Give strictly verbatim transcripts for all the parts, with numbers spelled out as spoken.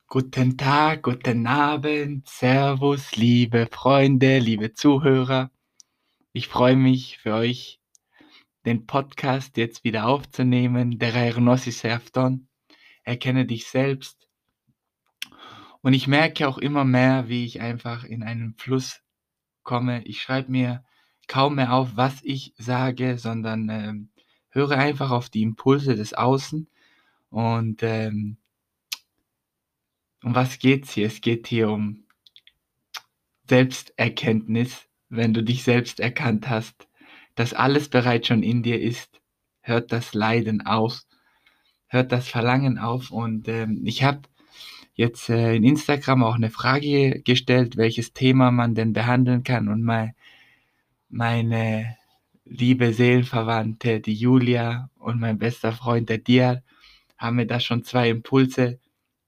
Guten Tag, guten Abend, Servus, liebe Freunde, liebe Zuhörer. Ich freue mich für euch, den Podcast jetzt wieder aufzunehmen. Der Γνώσεις σε αυτόν. Erkenne dich selbst. Und ich merke auch immer mehr, wie ich einfach in einen Fluss komme. Ich schreibe mir kaum mehr auf, was ich sage, sondern ähm, höre einfach auf die Impulse des Außen. Und ähm, um was geht's hier? Es geht hier um Selbsterkenntnis, wenn du dich selbst erkannt hast, dass alles bereits schon in dir ist, hört das Leiden auf, hört das Verlangen auf. Und ähm, ich habe jetzt äh, in Instagram auch eine Frage gestellt, welches Thema man denn behandeln kann. Und mein, meine liebe Seelenverwandte, die Julia, und mein bester Freund, der Dia, haben mir da schon zwei Impulse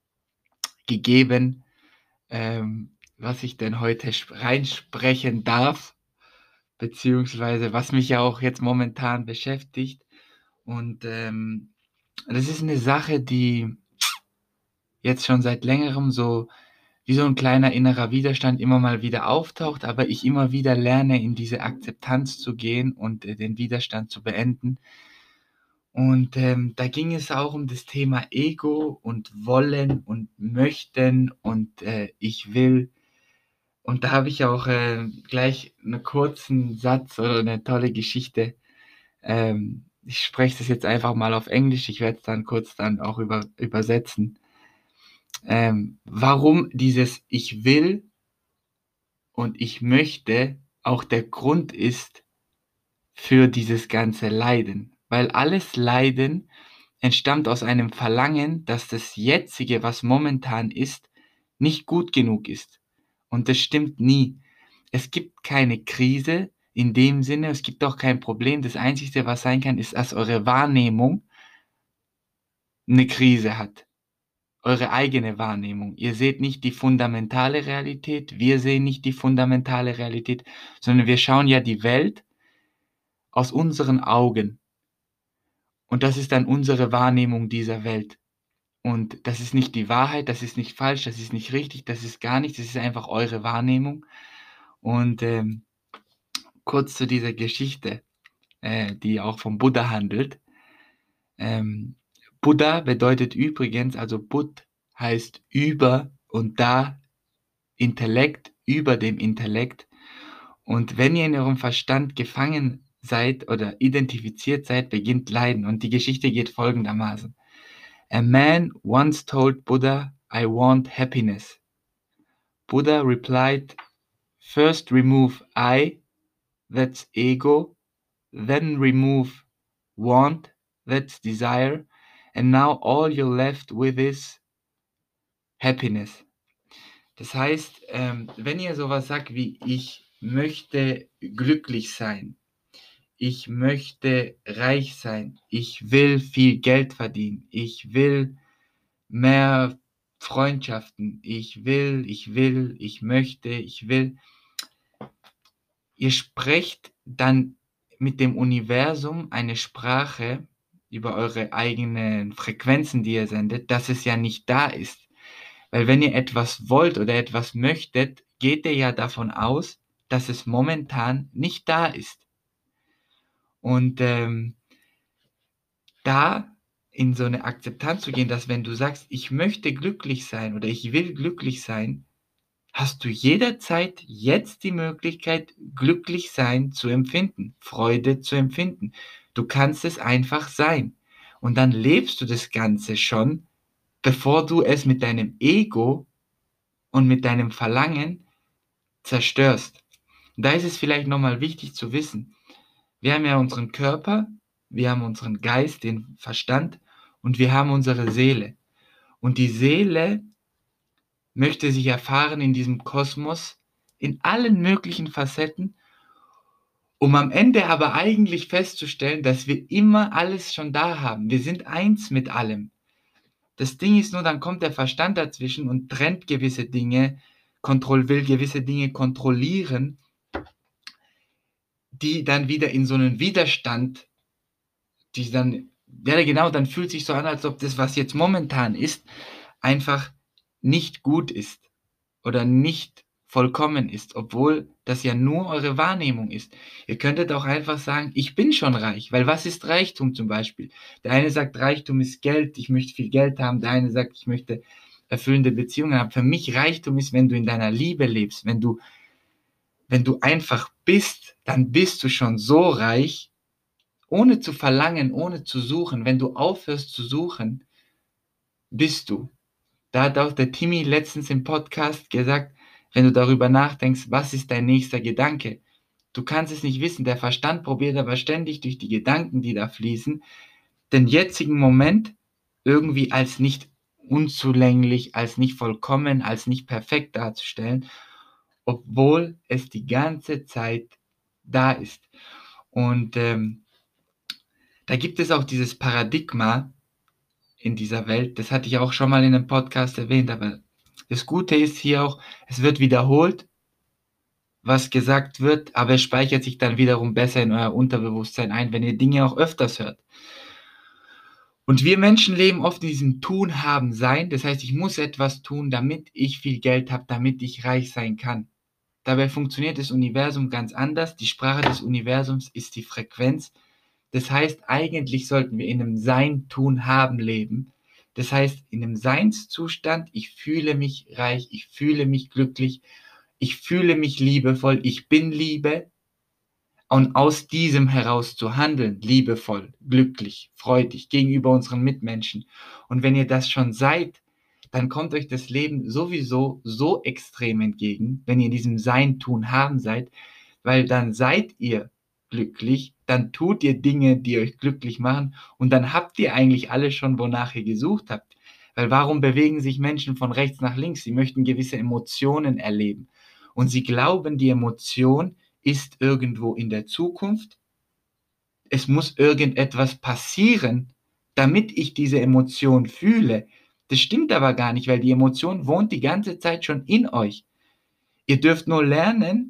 gegeben, ähm, was ich denn heute reinsprechen darf, beziehungsweise was mich ja auch jetzt momentan beschäftigt. Und ähm, das ist eine Sache, die jetzt schon seit längerem so wie so ein kleiner innerer Widerstand immer mal wieder auftaucht, aber ich immer wieder lerne, in diese Akzeptanz zu gehen und äh, den Widerstand zu beenden. Und ähm, da ging es auch um das Thema Ego und Wollen und Möchten und äh, ich will. Und da habe ich auch äh, gleich einen kurzen Satz oder eine tolle Geschichte. Ähm, ich spreche das jetzt einfach mal auf Englisch, ich werde es dann kurz dann auch über, übersetzen. Ähm, warum dieses Ich will und ich möchte auch der Grund ist für dieses ganze Leiden. Weil alles Leiden entstammt aus einem Verlangen, dass das Jetzige, was momentan ist, nicht gut genug ist. Und das stimmt nie. Es gibt keine Krise in dem Sinne, es gibt auch kein Problem. Das Einzige, was sein kann, ist, dass eure Wahrnehmung eine Krise hat. Eure eigene Wahrnehmung. Ihr seht nicht die fundamentale Realität, wir sehen nicht die fundamentale Realität, sondern wir schauen ja die Welt aus unseren Augen. Und das ist dann unsere Wahrnehmung dieser Welt. Und das ist nicht die Wahrheit, das ist nicht falsch, das ist nicht richtig, das ist gar nichts, das ist einfach eure Wahrnehmung. Und ähm, kurz zu dieser Geschichte, äh, die auch vom Buddha handelt. Ähm, Buddha bedeutet übrigens, also Bud heißt über und da Intellekt, über dem Intellekt. Und wenn ihr in eurem Verstand gefangen seid oder identifiziert seid, beginnt Leiden. Und die Geschichte geht folgendermaßen. A man once told Buddha, I want happiness. Buddha replied, first remove I, that's ego, then remove want, that's desire, and now all you're left with is happiness. Das heißt, ähm, wenn ihr sowas sagt wie ich möchte glücklich sein, ich möchte reich sein, ich will viel Geld verdienen, ich will mehr Freundschaften, ich will, ich will, ich möchte, ich will. Ihr sprecht dann mit dem Universum eine Sprache über eure eigenen Frequenzen, die ihr sendet, dass es ja nicht da ist. Weil wenn ihr etwas wollt oder etwas möchtet, geht ihr ja davon aus, dass es momentan nicht da ist. Und ähm, da in so eine Akzeptanz zu gehen, dass wenn du sagst, ich möchte glücklich sein oder ich will glücklich sein, hast du jederzeit jetzt die Möglichkeit, glücklich sein zu empfinden, Freude zu empfinden. Du kannst es einfach sein. Und dann lebst du das Ganze schon, bevor du es mit deinem Ego und mit deinem Verlangen zerstörst. Und da ist es vielleicht nochmal wichtig zu wissen, wir haben ja unseren Körper, wir haben unseren Geist, den Verstand und wir haben unsere Seele. Und die Seele möchte sich erfahren in diesem Kosmos in allen möglichen Facetten, um am Ende aber eigentlich festzustellen, dass wir immer alles schon da haben. Wir sind eins mit allem. Das Ding ist nur, dann kommt der Verstand dazwischen und trennt gewisse Dinge, kontroll will gewisse Dinge kontrollieren, die dann wieder in so einen Widerstand, die dann, ja genau, dann fühlt sich so an, als ob das, was jetzt momentan ist, einfach nicht gut ist oder nicht vollkommen ist, obwohl das ja nur eure Wahrnehmung ist. Ihr könntet auch einfach sagen, ich bin schon reich, weil was ist Reichtum zum Beispiel? Der eine sagt, Reichtum ist Geld, ich möchte viel Geld haben, der eine sagt, ich möchte erfüllende Beziehungen haben. Für mich Reichtum ist, wenn du in deiner Liebe lebst, wenn du, wenn du einfach bist, dann bist du schon so reich, ohne zu verlangen, ohne zu suchen. Wenn du aufhörst zu suchen, bist du. Da hat auch der Timmy letztens im Podcast gesagt, wenn du darüber nachdenkst, was ist dein nächster Gedanke? Du kannst es nicht wissen. Der Verstand probiert aber ständig durch die Gedanken, die da fließen, den jetzigen Moment irgendwie als nicht unzulänglich, als nicht vollkommen, als nicht perfekt darzustellen, obwohl es die ganze Zeit da ist. Und ähm, da gibt es auch dieses Paradigma in dieser Welt, das hatte ich auch schon mal in einem Podcast erwähnt, aber das Gute ist hier auch, es wird wiederholt, was gesagt wird, aber es speichert sich dann wiederum besser in euer Unterbewusstsein ein, wenn ihr Dinge auch öfters hört. Und wir Menschen leben oft in diesem Tun, Haben, Sein. Das heißt, ich muss etwas tun, damit ich viel Geld habe, damit ich reich sein kann. Dabei funktioniert das Universum ganz anders. Die Sprache des Universums ist die Frequenz. Das heißt, eigentlich sollten wir in einem Sein, Tun, Haben leben. Das heißt, in einem Seinszustand, ich fühle mich reich, ich fühle mich glücklich, ich fühle mich liebevoll, ich bin Liebe. Und aus diesem heraus zu handeln, liebevoll, glücklich, freudig gegenüber unseren Mitmenschen. Und wenn ihr das schon seid, dann kommt euch das Leben sowieso so extrem entgegen, wenn ihr in diesem Sein, Tun, Haben seid, weil dann seid ihr glücklich, dann tut ihr Dinge, die euch glücklich machen und dann habt ihr eigentlich alles schon, wonach ihr gesucht habt. Weil warum bewegen sich Menschen von rechts nach links? Sie möchten gewisse Emotionen erleben. Und sie glauben, die Emotion ist irgendwo in der Zukunft. Es muss irgendetwas passieren, damit ich diese Emotion fühle. Das stimmt aber gar nicht, weil die Emotion wohnt die ganze Zeit schon in euch. Ihr dürft nur lernen,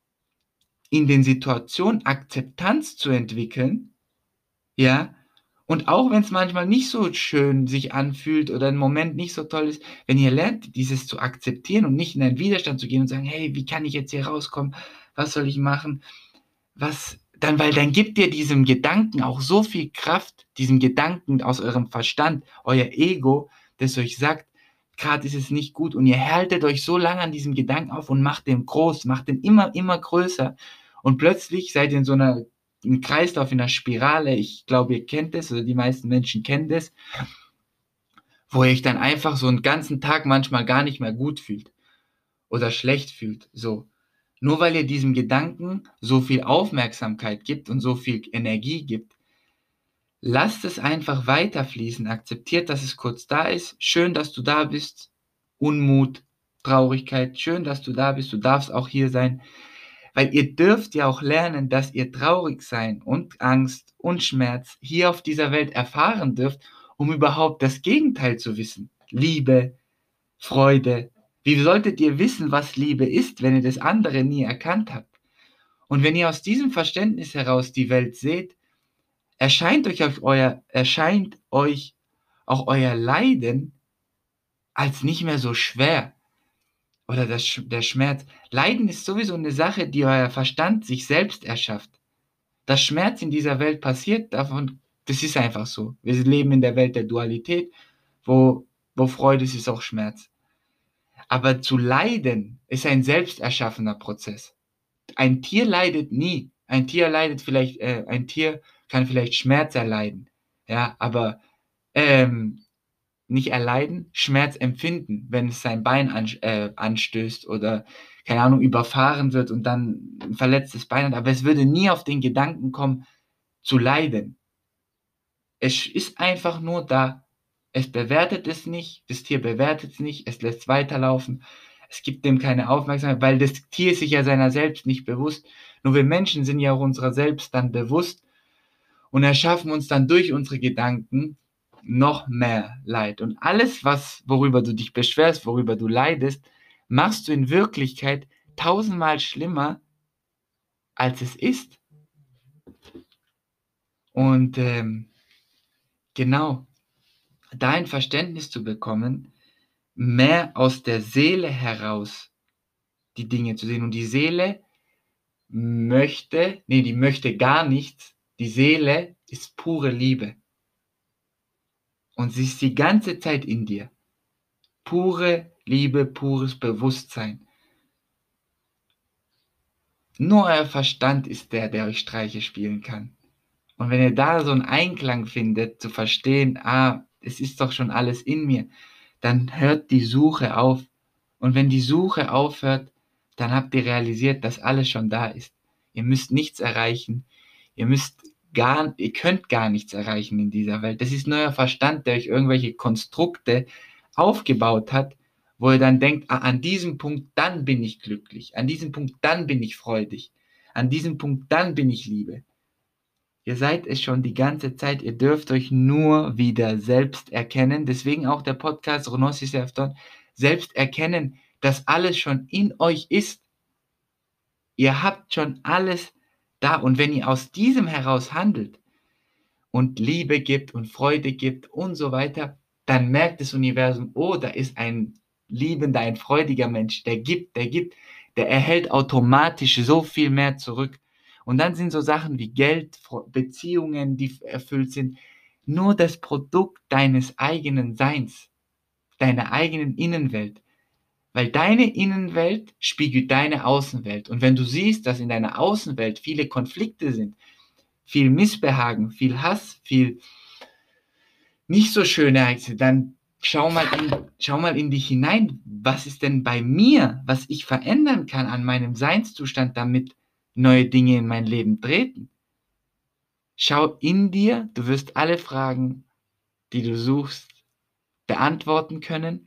in den Situationen Akzeptanz zu entwickeln, ja, und auch wenn es manchmal nicht so schön sich anfühlt oder ein Moment nicht so toll ist, wenn ihr lernt, dieses zu akzeptieren und nicht in einen Widerstand zu gehen und sagen, hey, wie kann ich jetzt hier rauskommen? Was soll ich machen? Was, dann, weil dann gibt ihr diesem Gedanken auch so viel Kraft, diesem Gedanken aus eurem Verstand, euer Ego, das euch sagt, gerade ist es nicht gut und ihr haltet euch so lange an diesem Gedanken auf und macht den groß, macht den immer, immer größer und plötzlich seid ihr in so einer im Kreislauf, in einer Spirale, ich glaube, ihr kennt das, oder die meisten Menschen kennen das, wo ihr euch dann einfach so einen ganzen Tag manchmal gar nicht mehr gut fühlt oder schlecht fühlt, so. Nur weil ihr diesem Gedanken so viel Aufmerksamkeit gibt und so viel Energie gibt, lasst es einfach weiterfließen, akzeptiert, dass es kurz da ist, schön, dass du da bist, Unmut, Traurigkeit, schön, dass du da bist, du darfst auch hier sein, weil ihr dürft ja auch lernen, dass ihr traurig sein und Angst und Schmerz hier auf dieser Welt erfahren dürft, um überhaupt das Gegenteil zu wissen. Liebe, Freude. Wie solltet ihr wissen, was Liebe ist, wenn ihr das andere nie erkannt habt? Und wenn ihr aus diesem Verständnis heraus die Welt seht, erscheint euch auch euer, erscheint euch auch euer Leiden als nicht mehr so schwer. Oder das, der Schmerz. Leiden ist sowieso eine Sache, die euer Verstand sich selbst erschafft. Dass Schmerz in dieser Welt passiert, davon, das ist einfach so. Wir leben in der Welt der Dualität, wo, wo Freude ist, ist auch Schmerz. Aber zu leiden ist ein selbsterschaffener Prozess. Ein Tier leidet nie. Ein Tier leidet vielleicht, äh, ein Tier kann vielleicht Schmerz erleiden. Ja, aber ähm, nicht erleiden, Schmerz empfinden, wenn es sein Bein an, äh, anstößt oder, keine Ahnung, überfahren wird und dann ein verletztes Bein hat. Aber es würde nie auf den Gedanken kommen, zu leiden. Es ist einfach nur da. Es bewertet es nicht, das Tier bewertet es nicht, es lässt weiterlaufen. Es gibt dem keine Aufmerksamkeit, weil das Tier ist sich ja seiner selbst nicht bewusst. Nur wir Menschen sind ja auch unserer selbst dann bewusst und erschaffen uns dann durch unsere Gedanken noch mehr Leid. Und alles, was, worüber du dich beschwerst, worüber du leidest, machst du in Wirklichkeit tausendmal schlimmer, als es ist. Und ähm, genau, da ein Verständnis zu bekommen, mehr aus der Seele heraus die Dinge zu sehen. Und die Seele möchte, nee, die möchte gar nichts. Die Seele ist pure Liebe. Und sie ist die ganze Zeit in dir. Pure Liebe, pures Bewusstsein. Nur euer Verstand ist der, der euch Streiche spielen kann. Und wenn ihr da so einen Einklang findet, zu verstehen, ah, es ist doch schon alles in mir, dann hört die Suche auf. Und wenn die Suche aufhört, dann habt ihr realisiert, dass alles schon da ist. Ihr müsst nichts erreichen. Ihr müsst gar, ihr könnt gar nichts erreichen in dieser Welt. Das ist nur euer Verstand, der euch irgendwelche Konstrukte aufgebaut hat, wo ihr dann denkt, ah, an diesem Punkt, dann bin ich glücklich. An diesem Punkt, dann bin ich freudig. An diesem Punkt, dann bin ich Liebe. Ihr seid es schon die ganze Zeit, ihr dürft euch nur wieder selbst erkennen. Deswegen auch der Podcast Ronossi Sefton, selbst erkennen, dass alles schon in euch ist. Ihr habt schon alles da. Und wenn ihr aus diesem heraus handelt und Liebe gibt und Freude gibt und so weiter, dann merkt das Universum, oh, da ist ein liebender, ein freudiger Mensch, der gibt, der gibt, der erhält automatisch so viel mehr zurück. Und dann sind so Sachen wie Geld, Beziehungen, die erfüllt sind, nur das Produkt deines eigenen Seins, deiner eigenen Innenwelt. Weil deine Innenwelt spiegelt deine Außenwelt. Und wenn du siehst, dass in deiner Außenwelt viele Konflikte sind, viel Missbehagen, viel Hass, viel nicht so schöne Ereignisse, dann schau mal, in, schau mal in dich hinein. Was ist denn bei mir, was ich verändern kann an meinem Seinszustand, damit neue Dinge in mein Leben treten? Schau in dir, du wirst alle Fragen, die du suchst, beantworten können.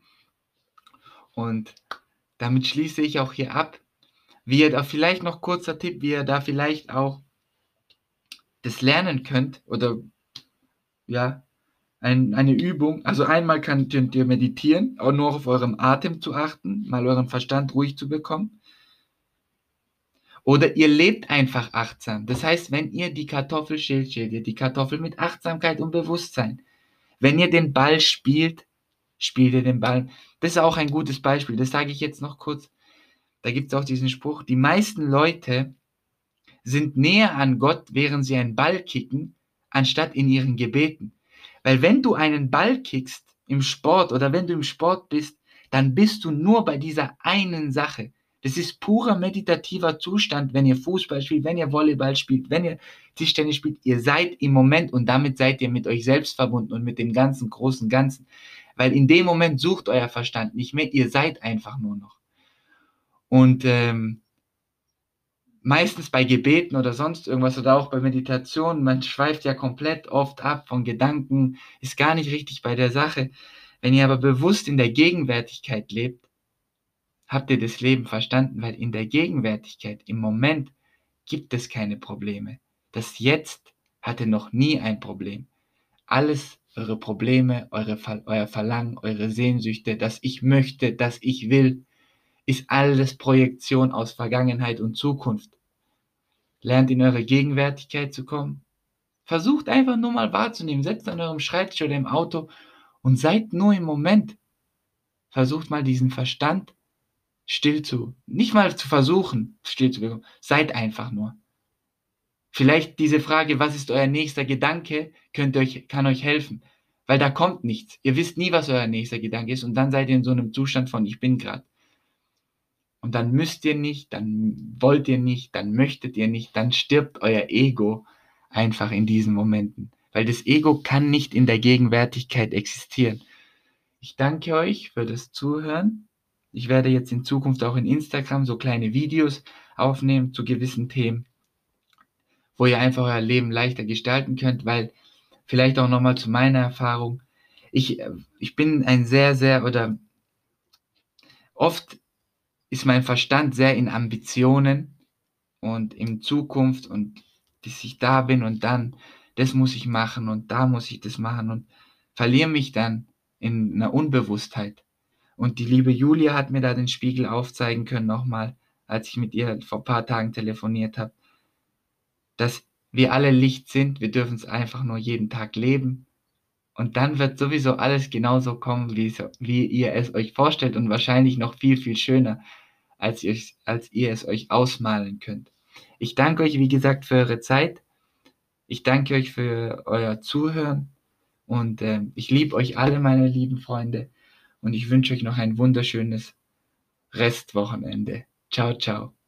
Und damit schließe ich auch hier ab. Wie ihr da vielleicht noch kurzer Tipp, wie ihr da vielleicht auch das lernen könnt oder ja, ein, eine Übung. Also einmal könnt ihr meditieren, auch nur auf eurem Atem zu achten, mal euren Verstand ruhig zu bekommen. Oder ihr lebt einfach achtsam. Das heißt, wenn ihr die Kartoffel schält, schält ihr die Kartoffel mit Achtsamkeit und Bewusstsein. Wenn ihr den Ball spielt, spielt ihr den Ball. Das ist auch ein gutes Beispiel. Das sage ich jetzt noch kurz. Da gibt es auch diesen Spruch. Die meisten Leute sind näher an Gott, während sie einen Ball kicken, anstatt in ihren Gebeten. Weil wenn du einen Ball kickst im Sport oder wenn du im Sport bist, dann bist du nur bei dieser einen Sache. Das ist purer meditativer Zustand, wenn ihr Fußball spielt, wenn ihr Volleyball spielt, wenn ihr Tischtennis spielt. Ihr seid im Moment und damit seid ihr mit euch selbst verbunden und mit dem ganzen großen Ganzen. Weil in dem Moment sucht euer Verstand nicht mehr, ihr seid einfach nur noch. Und ähm, meistens bei Gebeten oder sonst irgendwas oder auch bei Meditation, man schweift ja komplett oft ab von Gedanken, ist gar nicht richtig bei der Sache. Wenn ihr aber bewusst in der Gegenwärtigkeit lebt, habt ihr das Leben verstanden, weil in der Gegenwärtigkeit, im Moment, gibt es keine Probleme. Das Jetzt hatte noch nie ein Problem. Alles, eure Probleme, eure, euer Verlangen, eure Sehnsüchte, das ich möchte, das ich will, ist alles Projektion aus Vergangenheit und Zukunft. Lernt in eure Gegenwärtigkeit zu kommen. Versucht einfach nur mal wahrzunehmen. Setzt an eurem Schreibtisch oder im Auto und seid nur im Moment. Versucht mal diesen Verstand still zu, nicht mal zu versuchen, still zu bekommen. Seid einfach nur. Vielleicht diese Frage, was ist euer nächster Gedanke, könnt euch, kann euch helfen. Weil da kommt nichts. Ihr wisst nie, was euer nächster Gedanke ist und dann seid ihr in so einem Zustand von ich bin gerade. Und dann müsst ihr nicht, dann wollt ihr nicht, dann möchtet ihr nicht, dann stirbt euer Ego einfach in diesen Momenten. Weil das Ego kann nicht in der Gegenwärtigkeit existieren. Ich danke euch für das Zuhören. Ich werde jetzt in Zukunft auch in Instagram so kleine Videos aufnehmen zu gewissen Themen, wo ihr einfach euer Leben leichter gestalten könnt, weil vielleicht auch nochmal zu meiner Erfahrung. Ich, ich bin ein sehr, sehr oder oft ist mein Verstand sehr in Ambitionen und in Zukunft und bis ich da bin und dann, das muss ich machen und da muss ich das machen und verliere mich dann in einer Unbewusstheit. Und die liebe Julia hat mir da den Spiegel aufzeigen können nochmal, als ich mit ihr vor ein paar Tagen telefoniert habe, dass wir alle Licht sind, wir dürfen es einfach nur jeden Tag leben Und dann wird sowieso alles genauso kommen, wie es wie ihr es euch vorstellt und wahrscheinlich noch viel, viel schöner, als ihr als ihr es euch ausmalen könnt. Ich danke euch, wie gesagt, für eure Zeit. Ich danke euch für euer Zuhören und, ähm, ich liebe euch alle, meine lieben Freunde, und ich wünsche euch noch ein wunderschönes Restwochenende. Ciao, ciao.